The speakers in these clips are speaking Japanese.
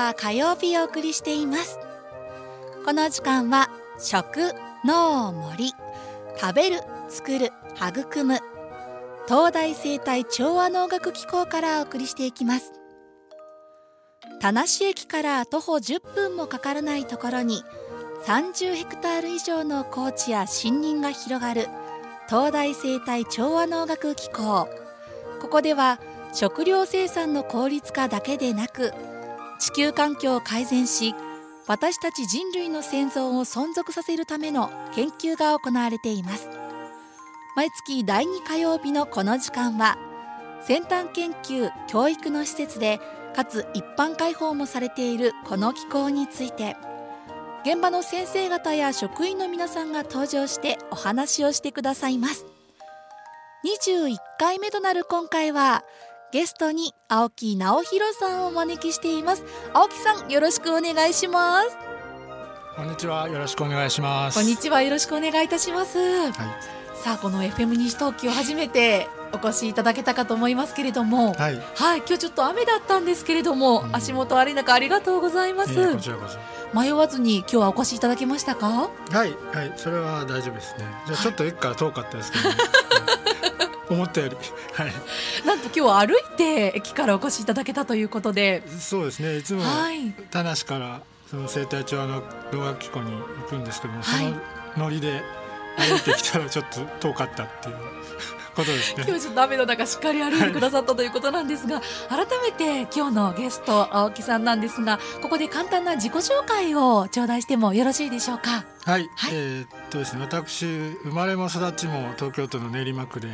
は火曜日をお送りしています。この時間は食、農、森、食べる、作る、育む東大生態調和農学機構からお送りしていきます。田無駅から徒歩10分もかからないところに30ヘクタール以上の高地や森林が広がる東大生態調和農学機構。ここでは食料生産の効率化だけでなく、地球環境を改善し、私たち人類の生存を存続させるための研究が行われています。毎月第2火曜日のこの時間は、先端研究・教育の施設でかつ一般開放もされているこの機構について、現場の先生方や職員の皆さんが登場してお話をしてくださいます。21回目となる今回は、ゲストに青木直弘さんをお招きしています。青木さん、よろしくお願いします。 こんにちは、よろしくお願いします。 こんにちは、よろしくお願いいたします。 はい、 さあ、この FM 西東京初めてお越しいただけたかと思いますけれども、 はい、 今日ちょっと雨だったんですけれども、足元悪い中ありがとうございます。 こちらこそ。 迷わずに今日はお越しいただけましたか？ はい、それは大丈夫ですね。じゃあちょっと駅から遠かったですけど、思ったより、 なんと今日歩いて駅からお越しいただけたということで。 そうですね、いつも田無からその生態調和の農学機構に行くんですけども、そのノリで歩いてきたらちょっと遠かったっていうことですね。 今日ちょっと雨の中しっかり歩いてくださったということなんですが、改めて今日のゲスト青木さんなんですが、ここで簡単な自己紹介を頂戴してもよろしいでしょうか？ はい、ですね、私生まれも育ちも東京都の練馬区で、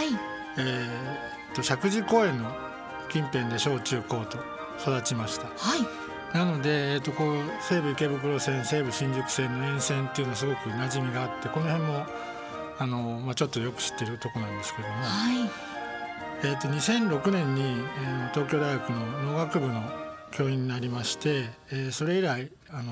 石神井公園の近辺で小中高と育ちました。なので、西武池袋線、西武新宿線の沿線っていうのはすごく馴染みがあって、この辺もちょっとよく知ってるとこなんですけども、2006年に、東京大学の農学部の教員になりまして、それ以来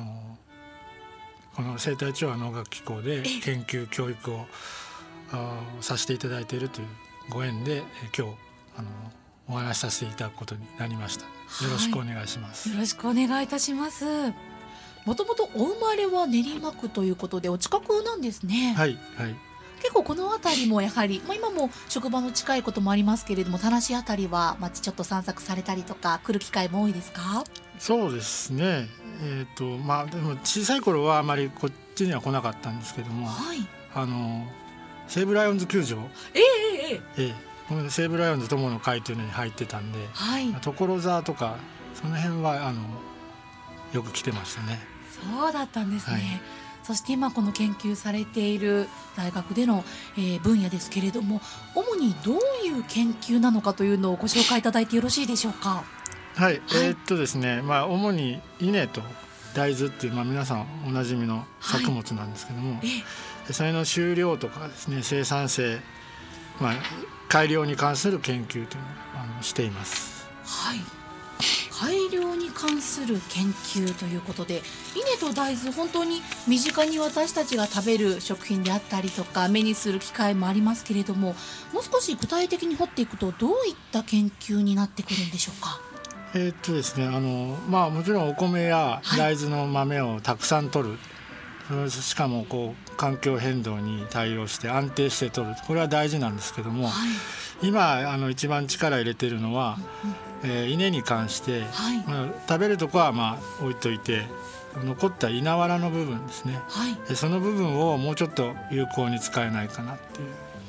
この生態調和農学機構で研究教育をさせていただいているというご縁で、今日お話しさせていただくことになりました。よろしくお願いします。 よろしくお願いいたします。もともとお生まれは練馬区ということでお近くなんですね。結構この辺りもやはり、今も職場の近いこともありますけれども、田無辺りは街ちょっと散策されたりとか来る機会も多いですか？ そうですね、でも小さい頃はあまりこっちには来なかったんですけども、西武ライオンズ球場、この西武ライオンズ友の会というのに入ってたんで、所沢とかその辺はよく来てましたね。 そうだったんですね。そして今この研究されている大学での、分野ですけれども、主にどういう研究なのかというのをご紹介いただいてよろしいでしょうか？ ですね、主に稲と大豆っていう、皆さんおなじみの作物なんですけども、それの収量とかですね、生産性、改良に関する研究というのをしています。 改良に関する研究ということで、稲と大豆、本当に身近に私たちが食べる食品であったりとか目にする機会もありますけれども、もう少し具体的に掘っていくとどういった研究になってくるんでしょうか？ ですね、もちろんお米や大豆の豆をたくさん取る、しかも環境変動に対応して安定して取る、これは大事なんですけども、今一番力入れているのは、稲に関して、食べるとこは置いといて、残った稲わらの部分ですね、その部分をもうちょっと有効に使えないかなっていう、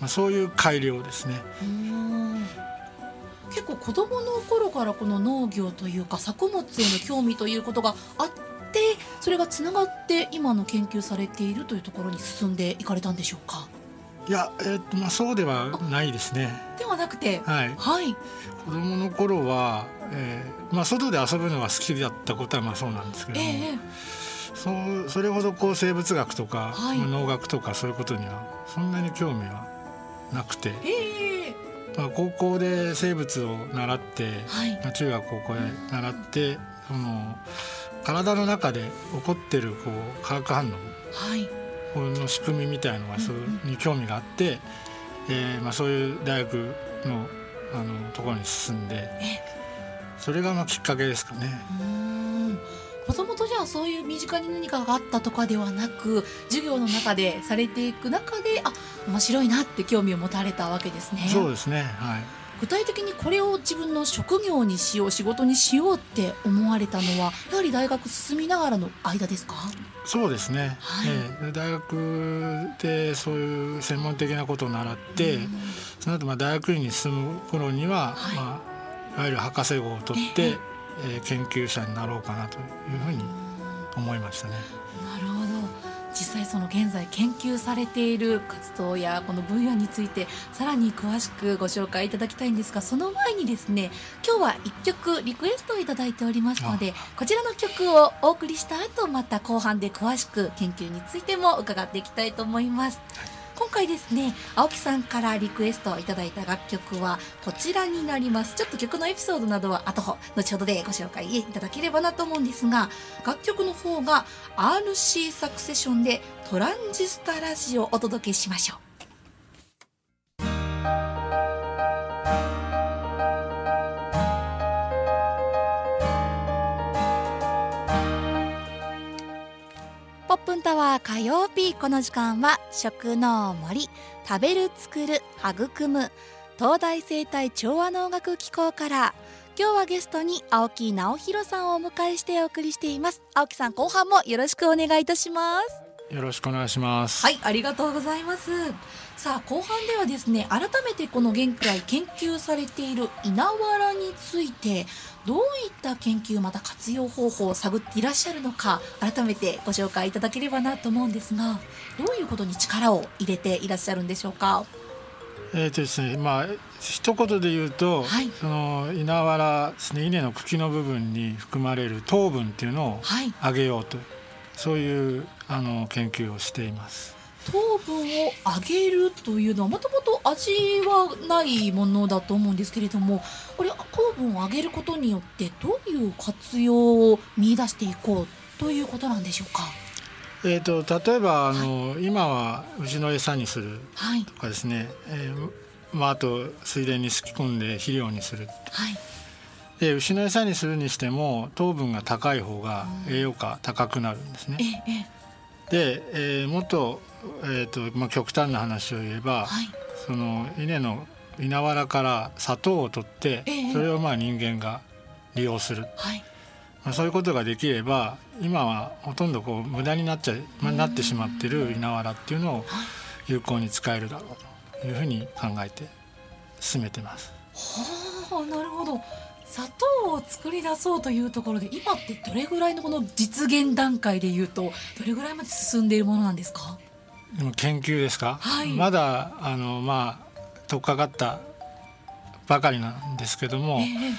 そういう改良ですね。 結構子どもの頃からこの農業というか作物への興味ということがあって、それがつながって今の研究されているというところに進んでいかれたんでしょうか？ いや、そうではないですね。 ではなくて、 子どもの頃は、外で遊ぶのが好きだったことはそうなんですけども、それほど生物学とか、農学とかそういうことにはそんなに興味はなくて、高校で生物を習って、中学高校で習って、体の中で起こってる化学反応、この仕組みみたいのがそれに興味があって、そういう大学のところに進んで、それがきっかけですかね。 もともとじゃあそういう身近に何かがあったとかではなく、授業の中でされていく中で面白いなって興味を持たれたわけですね。 そうですね、はい。 具体的にこれを自分の職業にしよう、仕事にしようって思われたのはやはり大学進みながらの間ですか？ そうですね、はい。大学でそういう専門的なことを習って、その後大学院に進む頃には、はい、いわゆる博士号を取って、研究者になろうかなというふうに思いましたね。 なるほど。実際その現在研究されている活動やこの分野についてさらに詳しくご紹介いただきたいんですが、その前にですね、今日は1曲リクエストをいただいておりますので、こちらの曲をお送りした後、また後半で詳しく研究についても伺っていきたいと思います。今回ですね、青木さんからリクエストをいただいた楽曲はこちらになります。ちょっと曲のエピソードなどは後ほどでご紹介いただければなと思うんですが、楽曲の方が RC サクセションでトランジスタラジオをお届けしましょう。ポップンタワー火曜日、この時間は食の森、食べる作る育む東大生態調和能楽機構から、今日はゲストに青木直弘さんをお迎えしてお送りしています。青木さん、後半もよろしくお願いいたします。 よろしくお願いします。 はい、ありがとうございます。さあ後半ではですね、改めてこの現在研究されている稲わらについて、どういった研究また活用方法を探っていらっしゃるのか、改めてご紹介いただければなと思うんですが、どういうことに力を入れていらっしゃるんでしょうか？ ですね、一言で言うと、はい、その稲わらですね、稲の茎の部分に含まれる糖分っていうのを上げようと、はい、そういう研究をしています。 糖分を上げるというのはもともと味はないものだと思うんですけれども、これ糖分を上げることによってどういう活用を見出していこうということなんでしょうか？ 例えば今は牛の餌にするとかですね、あと水田にすき込んで肥料にする、はい、で牛の餌にするにしても糖分が高い方が栄養価高くなるんですね。で、もっと、極端な話を言えば、はい、その稲わらから砂糖を取って、それを人間が利用する、はい、そういうことができれば、今はほとんど無駄になってしまっている稲わらっていうのを有効に使えるだろうというふうに考えて進めてます。 はあ、なるほど。砂糖を作り出そうというところで、今ってどれぐらいのこの実現段階でいうとどれぐらいまで進んでいるものなんですか？ でも研究ですか？はい、まだ取っかかったばかりなんですけども、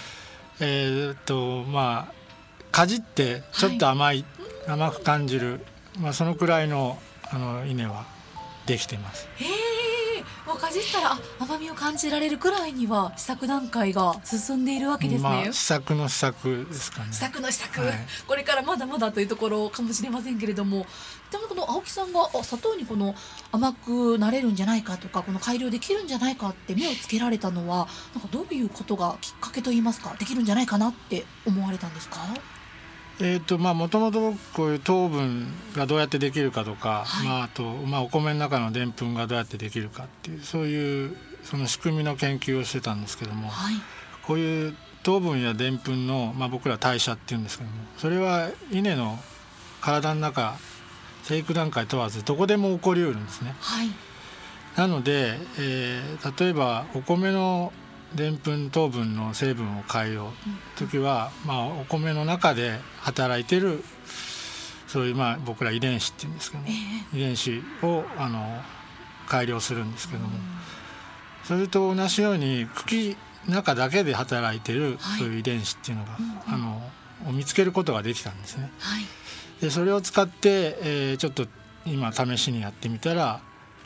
かじってちょっと甘く感じる、そのくらいの稲はできています。 もうかじったら甘みを感じられるくらいには試作段階が進んでいるわけですね。 試作の試作ですかね。 試作の試作、はい、これからまだまだというところかもしれませんけれども、でもこの青木さんが砂糖に甘くなれるんじゃないかとか、改良できるんじゃないかって目をつけられたのは、どういうことがきっかけといいますか、できるんじゃないかなって思われたんですか？ もともとこういう糖分がどうやってできるかとか、はい、あとお米の中のでんぷんがどうやってできるかっていう、そういうその仕組みの研究をしてたんですけども、はい、こういう糖分やでんぷんの、僕ら代謝っていうんですけども、それは稲の体の中、生育段階問わずどこでも起こりうるんですね。はい、なので、例えばお米のでんぷん糖分の成分を変えようときは、お米の中で働いているそういう僕ら遺伝子っていうんですけども、遺伝子を改良するんですけども、それと同じように茎の中だけで働いているそういう遺伝子っていうのが、を見つけることができたんですね。はい、でそれを使って、ちょっと今試しにやってみたら、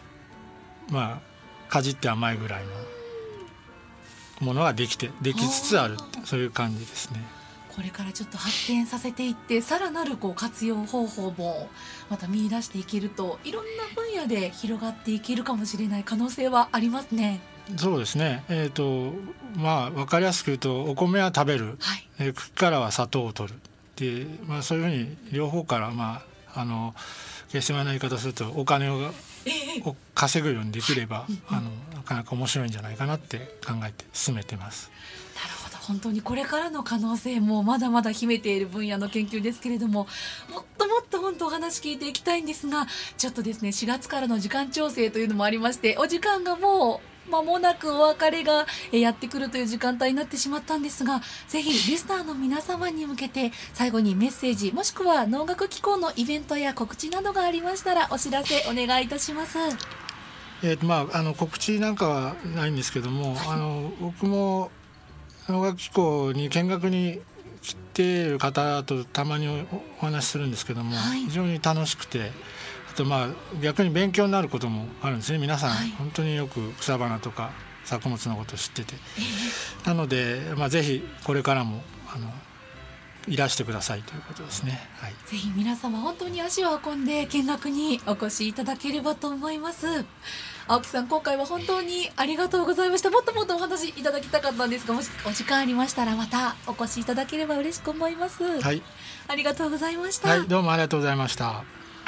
かじって甘いぐらいのものができつつある、そういう感じですね。 これからちょっと発展させていって、さらなる活用方法もまた見出していけると、いろんな分野で広がっていけるかもしれない可能性はありますね。 そうですね。分かりやすく言うと、お米は食べる、はい、茎からは砂糖を取る、 で、そういうふうに両方から、決して言わない言い方するとお金を稼ぐようにできれば、なかなか面白いんじゃないかなって考えて進めてます。 なるほど、本当にこれからの可能性もまだまだ秘めている分野の研究ですけれども、もっともっと本当お話聞いていきたいんですが、ちょっとですね4月からの時間調整というのもありまして、お時間がもう間もなくお別れがやってくるという時間帯になってしまったんですが、ぜひリスナーの皆様に向けて最後にメッセージ、もしくは能楽機構のイベントや告知などがありましたらお知らせお願いいたします。 告知なんかはないんですけども、僕も能楽機構に見学に来ている方とたまにお話しするんですけども、非常に楽しくて、あと逆に勉強になることもあるんですね。皆さん、本当によく草花とか作物のことを知ってて、なので、ぜひこれからもいらしてくださいということですね。 ぜひ皆様本当に足を運んで見学にお越しいただければと思います。青木さん、今回は本当にありがとうございました。もっともっとお話いただきたかったんですが、もしお時間ありましたらまたお越しいただければ嬉しく思います。ありがとうございました。 どうもありがとうございました。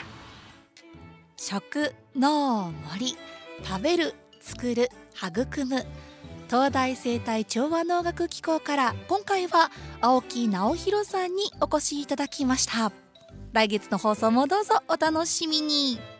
食農森、食べる作る育む、東大生態調和能楽機構から今回は青木直弘さんにお越しいただきました。来月の放送もどうぞお楽しみに。